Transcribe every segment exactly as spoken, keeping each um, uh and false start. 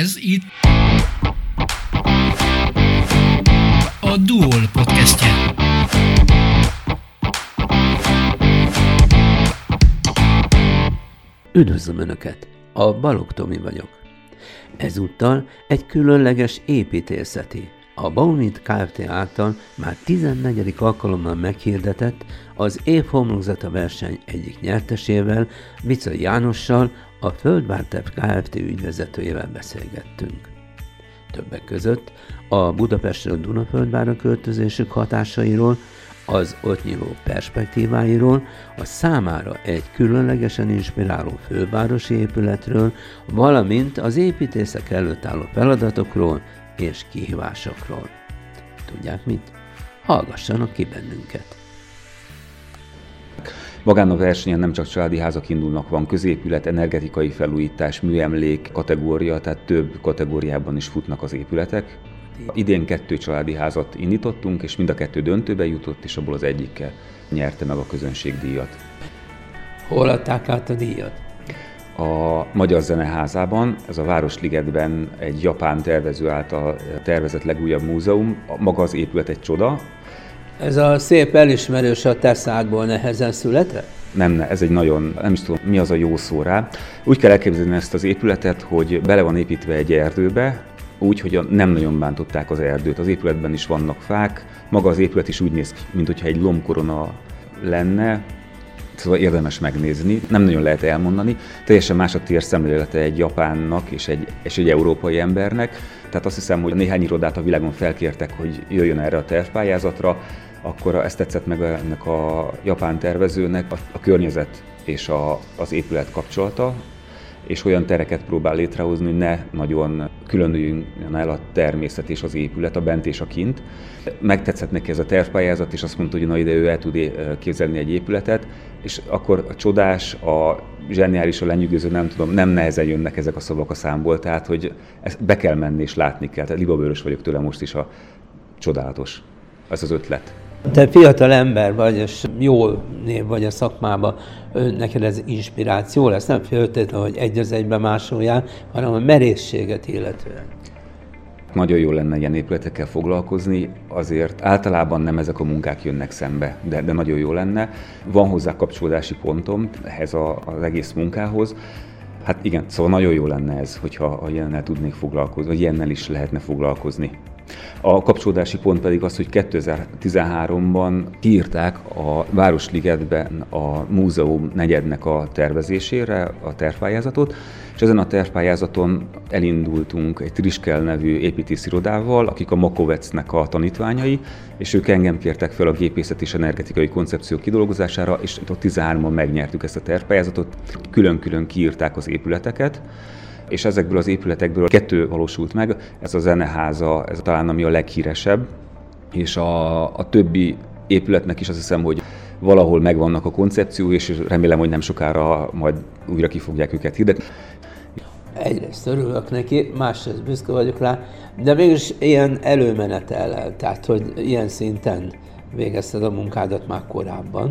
Ez itt a Duol podcastje. Üdvözlöm Önöket! A Balogh Tomi vagyok. Ezúttal egy különleges építészeti, a Baunit Kft. Által már tizennegyedik alkalommal meghirdetett az év homlokzata verseny egyik nyertesével, Vicai Jánossal, a Földvárterv Kft. Ügyvezetőjével beszélgettünk. Többek között a Budapestről Dunaföldvárra költözésük hatásairól, az ott nyíló perspektíváiról, a számára egy különlegesen inspiráló fővárosi épületről, valamint az építészek előtt álló feladatokról és kihívásokról. Tudják mit? Hallgassanak ki bennünket! Magán a versenyen nem csak családi házak indulnak, van középület, energetikai felújítás, műemlék kategória, tehát több kategóriában is futnak az épületek. Idén kettő családi házat indítottunk, és mind a kettő döntőbe jutott, és abból az egyikkel nyerte meg a közönségdíjat. Hol adták át a díjat? A Magyar Zeneházában, ez a Városligetben egy japán tervező által tervezett legújabb múzeum. Maga az épület egy csoda. Ez a szép elismerős a Teszákból nehezen született? Nem, ne, ez egy nagyon, nem is tudom, mi az a jó szó rá. Úgy kell elképzelni ezt az épületet, hogy bele van építve egy erdőbe, úgy, hogy nem nagyon bántották az erdőt. Az épületben is vannak fák, maga az épület is úgy néz ki, mintha egy lombkorona lenne, szóval érdemes megnézni, nem nagyon lehet elmondani. Teljesen más a térszemlélete egy japánnak és egy, és egy európai embernek. Tehát azt hiszem, hogy néhány irodát a világon felkértek, hogy jöjjön erre a tervpályázatra, akkor ezt tetszett meg ennek a japán tervezőnek a, a környezet és a, az épület kapcsolata, és olyan tereket próbál létrehozni, hogy ne nagyon különüljön el a természet és az épület, a bent és a kint. Megtetszett neki ez a tervpályázat, és azt mondta, hogy na ide ő el tud képzelni egy épületet, és akkor a csodás, a zseniális, a lenyűgöző, nem tudom, nem nehezen jönnek ezek a szavak a számból, tehát hogy ezt be kell menni és látni kell. Tehát libabőrös vagyok tőle most is, a csodálatos. Ez az ötlet. Te fiatal ember vagy, és jól név vagy a szakmában, neked ez inspiráció lesz, nem feltétlenül, hogy egy az egyben másoljál, hanem a merészséget illetően. Nagyon jó lenne ilyen épületekkel foglalkozni, azért általában nem ezek a munkák jönnek szembe, de, de nagyon jó lenne. Van hozzá kapcsolódási pontom ehhez a, az egész munkához. Hát igen, szóval nagyon jó lenne ez, hogyha ilyennel tudnék foglalkozni, vagy ilyennel is lehetne foglalkozni. A kapcsolódási pont pedig az, hogy kétezer-tizenháromban kiírták a Városligetben a múzeum negyednek a tervezésére a tervpályázatot, és ezen a tervpályázaton elindultunk egy Triskel nevű építészirodával, akik a Makovecnek a tanítványai, és ők engem kértek fel a gépészet és energetikai koncepció kidolgozására, és ott tizenháromban megnyertük ezt a tervpályázatot, külön-külön kiírták az épületeket, és ezekből az épületekből kettő valósult meg, ez a Zeneháza, ez talán ami a leghíresebb, és a, a többi épületnek is azt hiszem, hogy valahol megvannak a koncepció, és remélem, hogy nem sokára majd újra ki fogják őket hirdetni. Egyrészt örülök neki, másrészt büszke vagyok rá, de mégis ilyen előmenetellel, tehát hogy ilyen szinten végezted a munkádat már korábban.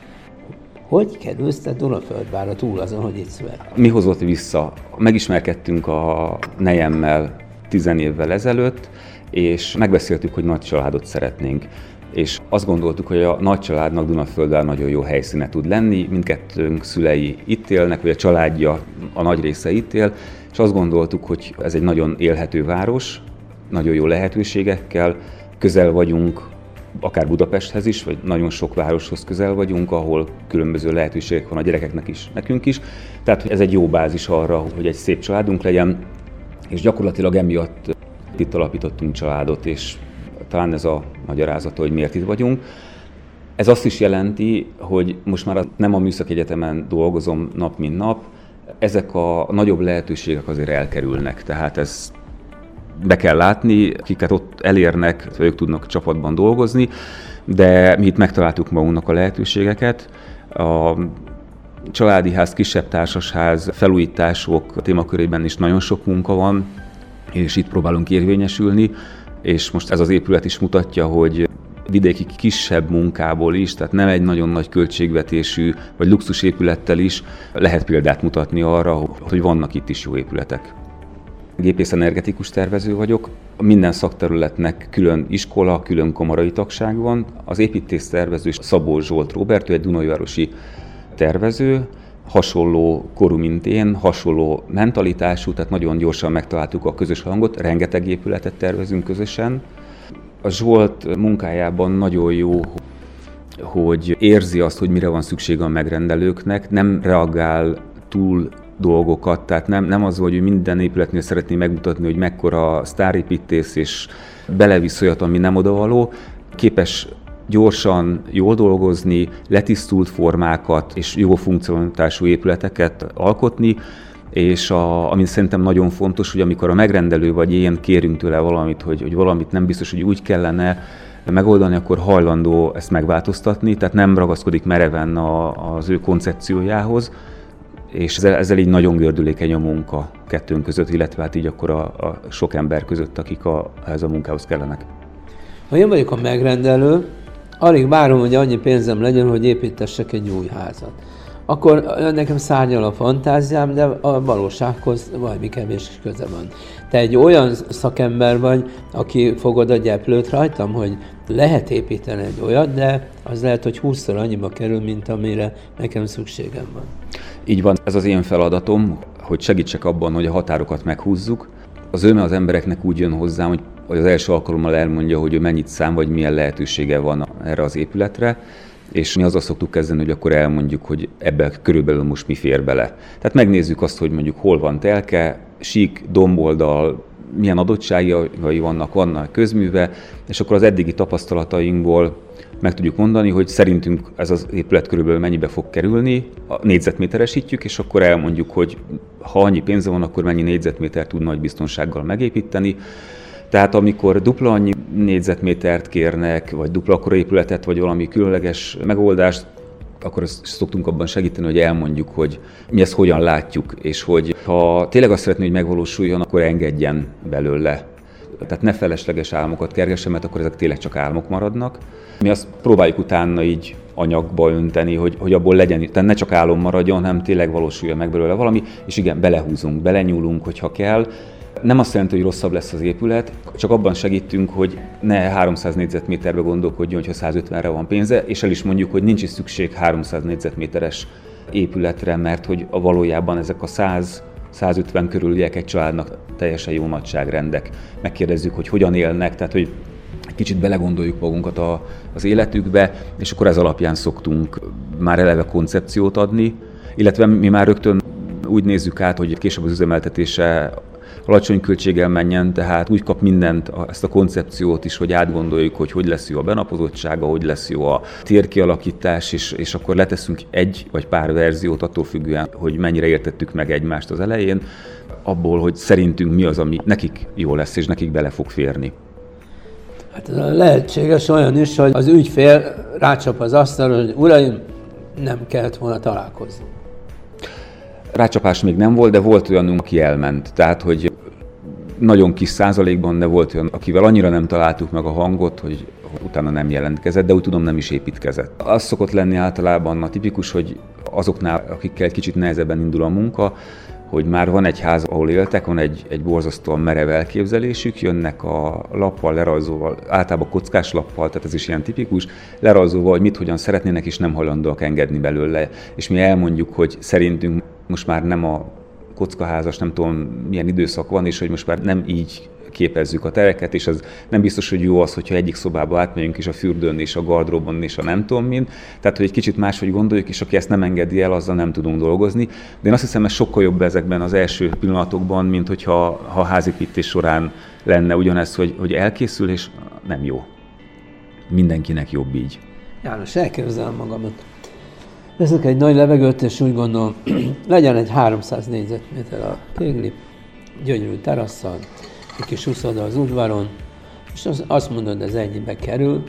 Hogy kerülsz te Dunaföldvárra túl azon, hogy itt születtél? Mi hozott vissza? Megismerkedtünk a nejemmel tizen évvel ezelőtt, és megbeszéltük, hogy nagy családot szeretnénk. És azt gondoltuk, hogy a nagy családnak Dunaföldvár nagyon jó helyszíne tud lenni, mindkettőnk szülei itt élnek, vagy a családja a nagy része itt él, és azt gondoltuk, hogy ez egy nagyon élhető város, nagyon jó lehetőségekkel, közel vagyunk, akár Budapesthez is, vagy nagyon sok városhoz közel vagyunk, ahol különböző lehetőségek van a gyerekeknek is, nekünk is. Tehát ez egy jó bázis arra, hogy egy szép családunk legyen, és gyakorlatilag emiatt itt alapítottunk családot, és talán ez a magyarázata, hogy miért itt vagyunk. Ez azt is jelenti, hogy most már nem a Műszaki Egyetemen dolgozom nap mint nap, ezek a nagyobb lehetőségek azért elkerülnek, tehát ez be kell látni, akiket ott elérnek, ők tudnak csapatban dolgozni, de mi itt megtaláltuk magunknak a lehetőségeket. A családi ház, kisebb társasház, felújítások témakörében is nagyon sok munka van, és itt próbálunk érvényesülni, és most ez az épület is mutatja, hogy vidéki kisebb munkából is, tehát nem egy nagyon nagy költségvetésű vagy luxusépülettel is lehet példát mutatni arra, hogy vannak itt is jó épületek. Gépész-energetikus tervező vagyok. Minden szakterületnek külön iskola, külön kamarai tagság van. Az építész tervező Szabó Zsolt Róbert, ő egy dunajvárosi tervező, hasonló korú, mint én, hasonló mentalitású, tehát nagyon gyorsan megtaláltuk a közös hangot, rengeteg épületet tervezünk közösen. A Zsolt munkájában nagyon jó, hogy érzi azt, hogy mire van szüksége a megrendelőknek, nem reagál túl dolgokat, tehát nem, nem az, hogy minden épületnél szeretné megmutatni, hogy mekkora sztárépítész, és belevisz olyat, ami nem odavaló, képes gyorsan, jól dolgozni, letisztult formákat és jó funkcionalitású épületeket alkotni, és a, ami szerintem nagyon fontos, hogy amikor a megrendelő vagy én kérünk tőle valamit, hogy, hogy valamit nem biztos, hogy úgy kellene megoldani, akkor hajlandó ezt megváltoztatni, tehát nem ragaszkodik mereven a, az ő koncepciójához, és ezzel, ezzel így nagyon gördülékeny a munka kettőnk között, illetve hát így akkor a, a sok ember között, akik a, ehhez a munkához kellenek. Ha én vagyok a megrendelő, alig várom, hogy annyi pénzem legyen, hogy építessek egy új házat. Akkor nekem szárnyal a fantáziám, de a valósághoz valami kevés köze van. Te egy olyan szakember vagy, aki fogod a gyeplőt rajtam, hogy lehet építeni egy olyat, de az lehet, hogy húszszor annyiba kerül, mint amire nekem szükségem van. Így van, ez az én feladatom, hogy segítsek abban, hogy a határokat meghúzzuk. Az öröme az embereknek úgy jön hozzám, hogy hogy az első alkalommal elmondja, hogy ő mennyit szám, vagy milyen lehetősége van erre az épületre, és mi azzal szoktuk kezdeni, hogy akkor elmondjuk, hogy ebbe körülbelül most mi fér bele. Tehát megnézzük azt, hogy mondjuk hol van telke, sík, domboldal, milyen adottságai vannak, vannak közműve, és akkor az eddigi tapasztalatainkból meg tudjuk mondani, hogy szerintünk ez az épület körülbelül mennyibe fog kerülni, négyzetméteresítjük, és akkor elmondjuk, hogy ha annyi pénze van, akkor mennyi négyzetméter tud nagy biztonsággal megépíteni. Tehát amikor dupla annyi négyzetmétert kérnek, vagy dupla akkora épületet, vagy valami különleges megoldást, akkor azt szoktunk abban segíteni, hogy elmondjuk, hogy mi ezt hogyan látjuk, és hogy ha tényleg azt szeretné, hogy megvalósuljon, akkor engedjen belőle. Tehát ne felesleges álmokat kergessen, mert akkor ezek tényleg csak álmok maradnak. Mi azt próbáljuk utána így anyagba önteni, hogy, hogy abból legyen, tehát ne csak álom maradjon, hanem tényleg valósuljon meg belőle valami, és igen, belehúzunk, belenyúlunk, hogyha kell. Nem azt jelenti, hogy rosszabb lesz az épület, csak abban segítünk, hogy ne háromszáz négyzetméterbe gondolkodjon, hogyha százötvenre van pénze, és el is mondjuk, hogy nincs is szükség háromszáz négyzetméteres épületre, mert hogy a valójában ezek a száz-százötven körüliek egy családnak teljesen jó nagyságrendek. Megkérdezzük, hogy hogyan élnek, tehát hogy egy kicsit belegondoljuk magunkat a, az életükbe, és akkor ez alapján szoktunk már eleve koncepciót adni, illetve mi már rögtön úgy nézzük át, hogy később az üzemeltetése alacsony költséggel menjen, tehát úgy kap mindent, ezt a koncepciót is, hogy átgondoljuk, hogy hogy lesz jó a benapozottsága, hogy lesz jó a térkialakítás, és, és akkor leteszünk egy vagy pár verziót attól függően, hogy mennyire értettük meg egymást az elején, abból, hogy szerintünk mi az, ami nekik jó lesz, és nekik bele fog férni. Hát lehetséges olyan is, hogy az ügyfél rácsap az asztalra, hogy uraim, nem kellett volna találkozni. Rácsapás még nem volt, de volt olyanunk, aki elment. Tehát, hogy nagyon kis százalékban, de volt olyan, akivel annyira nem találtuk meg a hangot, hogy utána nem jelentkezett, de úgy tudom, nem is építkezett. Az szokott lenni általában a tipikus, hogy azoknál, akikkel egy kicsit nehezebben indul a munka, hogy már van egy ház, ahol éltek, van egy, egy borzasztóan merev elképzelésük, jönnek a lappal, lerajzóval, általában kockás lappal, tehát ez is ilyen tipikus, lerajzóval, hogy mit, hogyan szeretnének, és nem hajlandóak engedni belőle. És mi elmondjuk, hogy szerintünk most már nem a kockaházas, nem tudom milyen időszak van, és hogy most már nem így képezzük a tereket, és az nem biztos, hogy jó az, hogyha egyik szobába átmegyünk, és a fürdőn, és a gardróbon, és a nem tudom min. Tehát, hogy egy kicsit máshogy gondoljuk, és aki ezt nem engedi el, azzal nem tudunk dolgozni. De én azt hiszem, ez sokkal jobb ezekben az első pillanatokban, mint hogyha ha a házépítés során lenne ugyanez, hogy, hogy elkészül, és nem jó. Mindenkinek jobb így. János, elképzelem magamat. Veszek egy nagy levegőt, és úgy gondolom, legyen egy háromszáz négyzetméter a kégli, gyönyörű terasszal, egy kis uszoda az udvaron, és azt mondod, ez ennyibe kerül,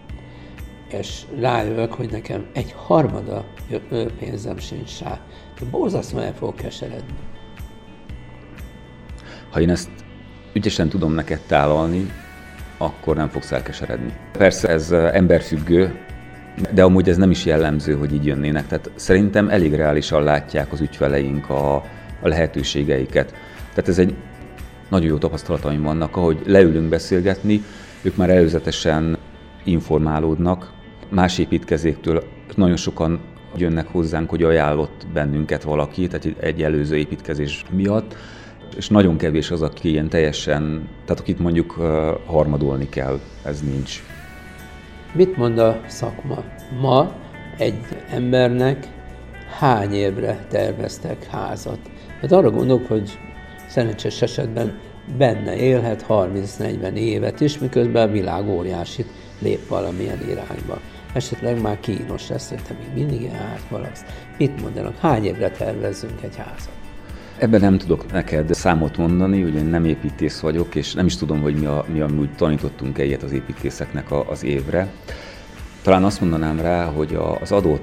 és rájövök, hogy nekem egy harmada pénzem sincs rá. De borzasztóan el fogok keseredni. Ha én ezt ügyesen tudom neked tálalni, akkor nem fogsz elkeseredni. Persze ez emberfüggő, de amúgy ez nem is jellemző, hogy így jönnének. Tehát szerintem elég reálisan látják az ügyfeleink a, a lehetőségeiket. Tehát ez egy nagyon jó tapasztalataim vannak, ahogy leülünk beszélgetni, ők már előzetesen informálódnak más építkezéktől. Nagyon sokan jönnek hozzánk, hogy ajánlott bennünket valaki, tehát egy előző építkezés miatt, és nagyon kevés az, aki ilyen teljesen, tehát akit mondjuk harmadolni kell, ez nincs. Mit mond a szakma? Ma egy embernek hány évre terveztek házat? Hát arra gondolok, hogy szerencsés esetben benne élhet harminc-negyven évet is, miközben a világ óriásit lép valamilyen irányba. Esetleg már kínos lesz, hogy te még mindig ilyen ház valaksz. Mit mondanak? Hány évre tervezzünk egy házat? Ebben nem tudok neked számot mondani, hogy én nem építész vagyok, és nem is tudom, hogy mi, a, mi amúgy tanítottunk ilyet az építészeknek a, az évre. Talán azt mondanám rá, hogy az adott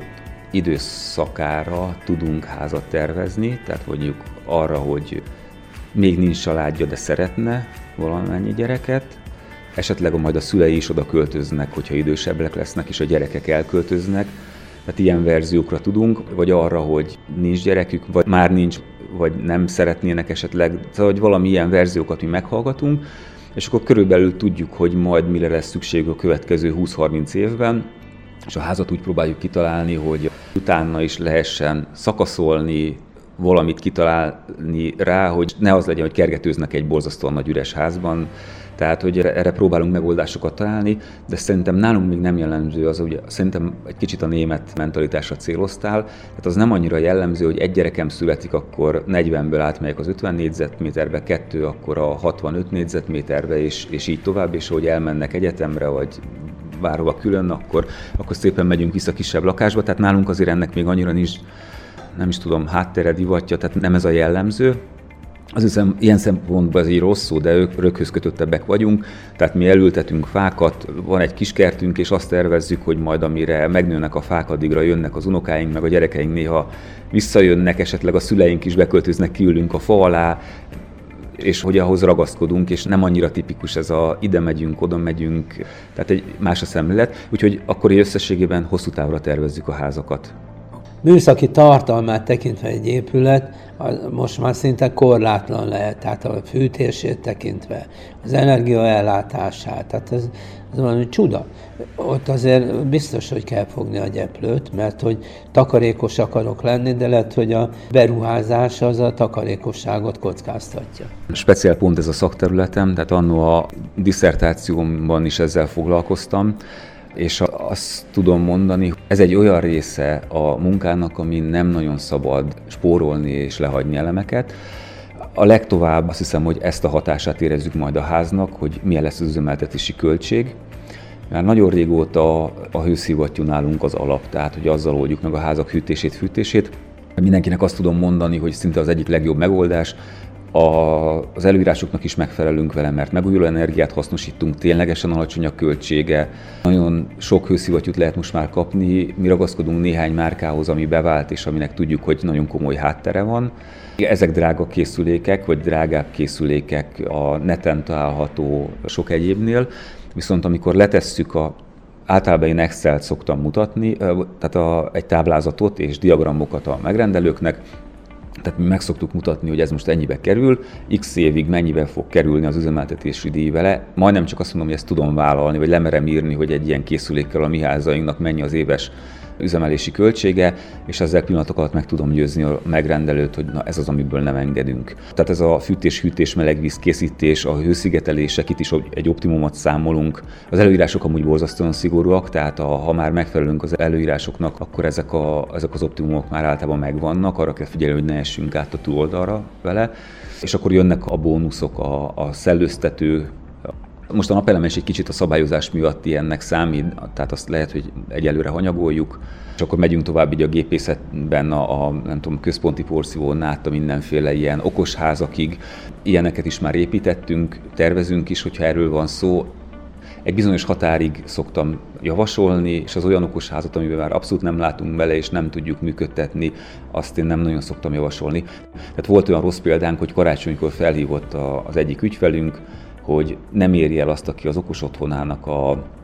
időszakára tudunk házat tervezni, tehát mondjuk arra, hogy még nincs családja, de szeretne valamennyi gyereket, esetleg majd a szülei is oda költöznek, hogyha idősebbek lesznek, és a gyerekek elköltöznek, tehát ilyen verziókra tudunk, vagy arra, hogy nincs gyerekük, vagy már nincs, vagy nem szeretnének esetleg, szóval hogy valami ilyen verziókat mi meghallgatunk, és akkor körülbelül tudjuk, hogy majd mire lesz szükség a következő húsz-harminc évben, és a házat úgy próbáljuk kitalálni, hogy utána is lehessen szakaszolni, valamit kitalálni rá, hogy ne az legyen, hogy kergetőznek egy borzasztóan nagy üres házban. Tehát, hogy erre próbálunk megoldásokat találni, de szerintem nálunk még nem jellemző az, hogy szerintem egy kicsit a német mentalitásra céloztál. Tehát az nem annyira jellemző, hogy egy gyerekem születik, akkor negyvenből átmegyek az ötven négyzetméterbe, kettő, akkor a hatvanöt négyzetméterbe, és, és így tovább, és hogy elmennek egyetemre, vagy bárhova külön, akkor, akkor szépen megyünk vissza kisebb lakásba. Tehát nálunk azért ennek még annyira nincs, nem is tudom, háttere, divatja, tehát nem ez a jellemző. Azt hiszem, ilyen szempontból ez így rossz szó, de ők röghöz kötöttebbek vagyunk, tehát mi elültetünk fákat, van egy kis kertünk, és azt tervezzük, hogy majd amire megnőnek a fák, addigra jönnek az unokáink, meg a gyerekeink néha visszajönnek, esetleg a szüleink is beköltöznek, kiülünk a fa alá, és hogy ahhoz ragaszkodunk, és nem annyira tipikus ez a ide megyünk, oda megyünk, tehát egy más a szemlélet, úgyhogy akkor összességében hosszú távra tervezzük a házakat. Műszaki tartalmát tekintve egy épület most már szinte korlátlan lehet, tehát a fűtését tekintve, az energiaellátását, tehát ez, ez valami csuda. Ott azért biztos, hogy kell fogni a gyeplőt, mert hogy takarékos akarok lenni, de lehet, hogy a beruházás az a takarékosságot kockáztatja. Speciál pont ez a szakterületem, tehát anno a disszertációmban is ezzel foglalkoztam, és azt tudom mondani, ez egy olyan része a munkának, amin nem nagyon szabad spórolni és lehagyni elemeket. A legtovább azt hiszem, hogy ezt a hatását érezzük majd a háznak, hogy milyen lesz az üzemeltetési költség. Már nagyon régóta a hőszivattyú nálunk az alap, tehát hogy azzal oldjuk meg a házak hűtését, fűtését. Mindenkinek azt tudom mondani, hogy szinte az egyik legjobb megoldás. Az előírásoknak is megfelelünk vele, mert megújuló energiát hasznosítunk, ténylegesen alacsony a költsége. Nagyon sok hőszivattyút lehet most már kapni, mi ragaszkodunk néhány márkához, ami bevált, és aminek tudjuk, hogy nagyon komoly háttere van. Ezek drága készülékek, vagy drágább készülékek a neten található sok egyébnél, viszont amikor letesszük a általában én Excel-t szoktam mutatni, tehát a, egy táblázatot és diagramokat a megrendelőknek, tehát mi meg szoktuk mutatni, hogy ez most ennyibe kerül, x évig mennyibe fog kerülni az üzemeltetési díj vele. Majdnem csak azt mondom, hogy ezt tudom vállalni, vagy lemerem írni, hogy egy ilyen készülékkel a mi házainknak mennyi az éves üzemelési költsége, és ezzel pillanatok alatt meg tudom győzni a megrendelőt, hogy na ez az, amiből nem engedünk. Tehát ez a fűtés, hűtés, melegvíz készítés, a hőszigetelések, itt is egy optimumot számolunk. Az előírások amúgy borzasztóan szigorúak, tehát a, ha már megfelelünk az előírásoknak, akkor ezek, a, ezek az optimumok már általában megvannak, arra kell figyelni, hogy ne essünk át a túloldalra vele. És akkor jönnek a bónuszok, a, a szellőztető. Most a napelem is egy kicsit a szabályozás miatt ilyennek számít, tehát azt lehet, hogy egyelőre hanyagoljuk, és akkor megyünk tovább így a gépészetben a, a nem tudom, központi porszívón át a mindenféle ilyen okos házakig. Ilyeneket is már építettünk, tervezünk is, hogyha erről van szó. Egy bizonyos határig szoktam javasolni, és az olyan okos házat, amiben már abszolút nem látunk bele, és nem tudjuk működtetni, azt én nem nagyon szoktam javasolni. Tehát volt olyan rossz példánk, hogy karácsonykor felhívott az egyik ügyfelünk, hogy nem éri el azt, aki az okos otthonának a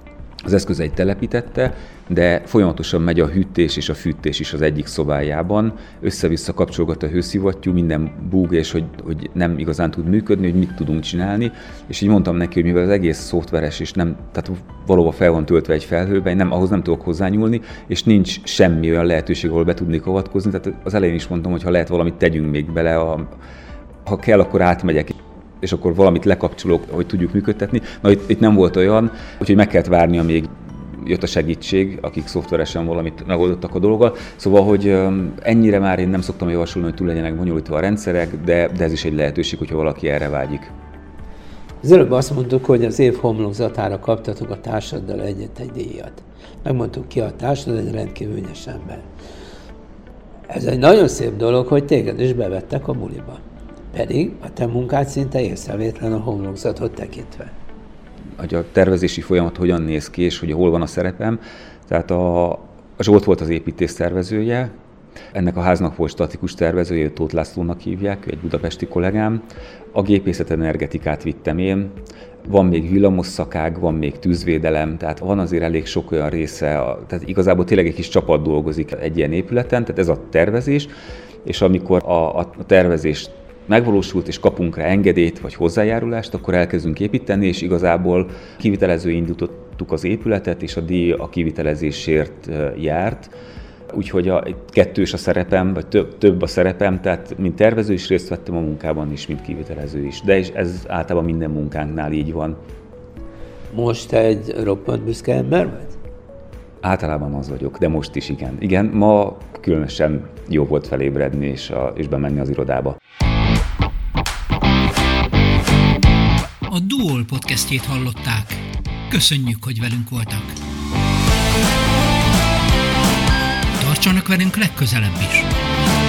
az eszközeit telepítette, de folyamatosan megy a hűtés és a fűtés is az egyik szobájában, össze-vissza kapcsolgat a hőszivattyú, minden búg, és hogy, hogy nem igazán tud működni, hogy mit tudunk csinálni, és így mondtam neki, hogy mivel az egész szoftveres, és nem, tehát valóban fel van töltve egy felhőben, nem, ahhoz nem tudok hozzányúlni, és nincs semmi olyan lehetőség, ahol be tudnék avatkozni, tehát az elején is mondtam, hogy ha lehet valamit tegyünk még bele, a, ha kell, akkor átmegyek, és akkor valamit lekapcsolok, hogy tudjuk működtetni. Na, itt, itt nem volt olyan, úgyhogy meg kellett várni, amíg jött a segítség, akik szoftveresen valamit megoldottak a dologgal. Szóval, hogy ennyire már én nem szoktam javasolni, hogy túl legyenek bonyolítva a rendszerek, de, de ez is egy lehetőség, hogyha valaki erre vágyik. Az előbb azt mondtuk, hogy az év homlokzatára kaptatok a társaddal egyet egy díjat. Megmondtuk ki a társad, egy rendkívül ügyes ember. Ez egy nagyon szép dolog, hogy téged is bevettek a buliba. Pedig a te munkád szinte észrevétlen a homlokzatot tekintve. Hogy a tervezési folyamat hogyan néz ki, és hogy hol van a szerepem. Tehát a, a Zsolt volt az építész tervezője, ennek a háznak volt statikus tervezője, Tóth Lászlónak hívják, egy budapesti kollégám. A gépészet energetikát vittem én, van még villamos szakág, van még tűzvédelem, tehát van azért elég sok olyan része, tehát igazából tényleg egy kis csapat dolgozik egy ilyen épületen, tehát ez a tervezés, és amikor a, a tervezés megvalósult, és kapunk rá engedélyt vagy hozzájárulást, akkor elkezdünk építeni, és igazából kivitelező indítottuk az épületet, és a díj a kivitelezésért járt. Úgyhogy a, kettős a szerepem, vagy több, több a szerepem, tehát mint tervező is részt vettem a munkában is, mint kivitelező is. De is ez általában minden munkánknál így van. Most egy roppant büszke ember vagy? Általában az vagyok, de most is igen. Igen, ma különösen jó volt felébredni és, a, és bemenni az irodába. A Duol podcastjét hallották. Köszönjük, hogy velünk voltak. Tartsanak velünk legközelebb is!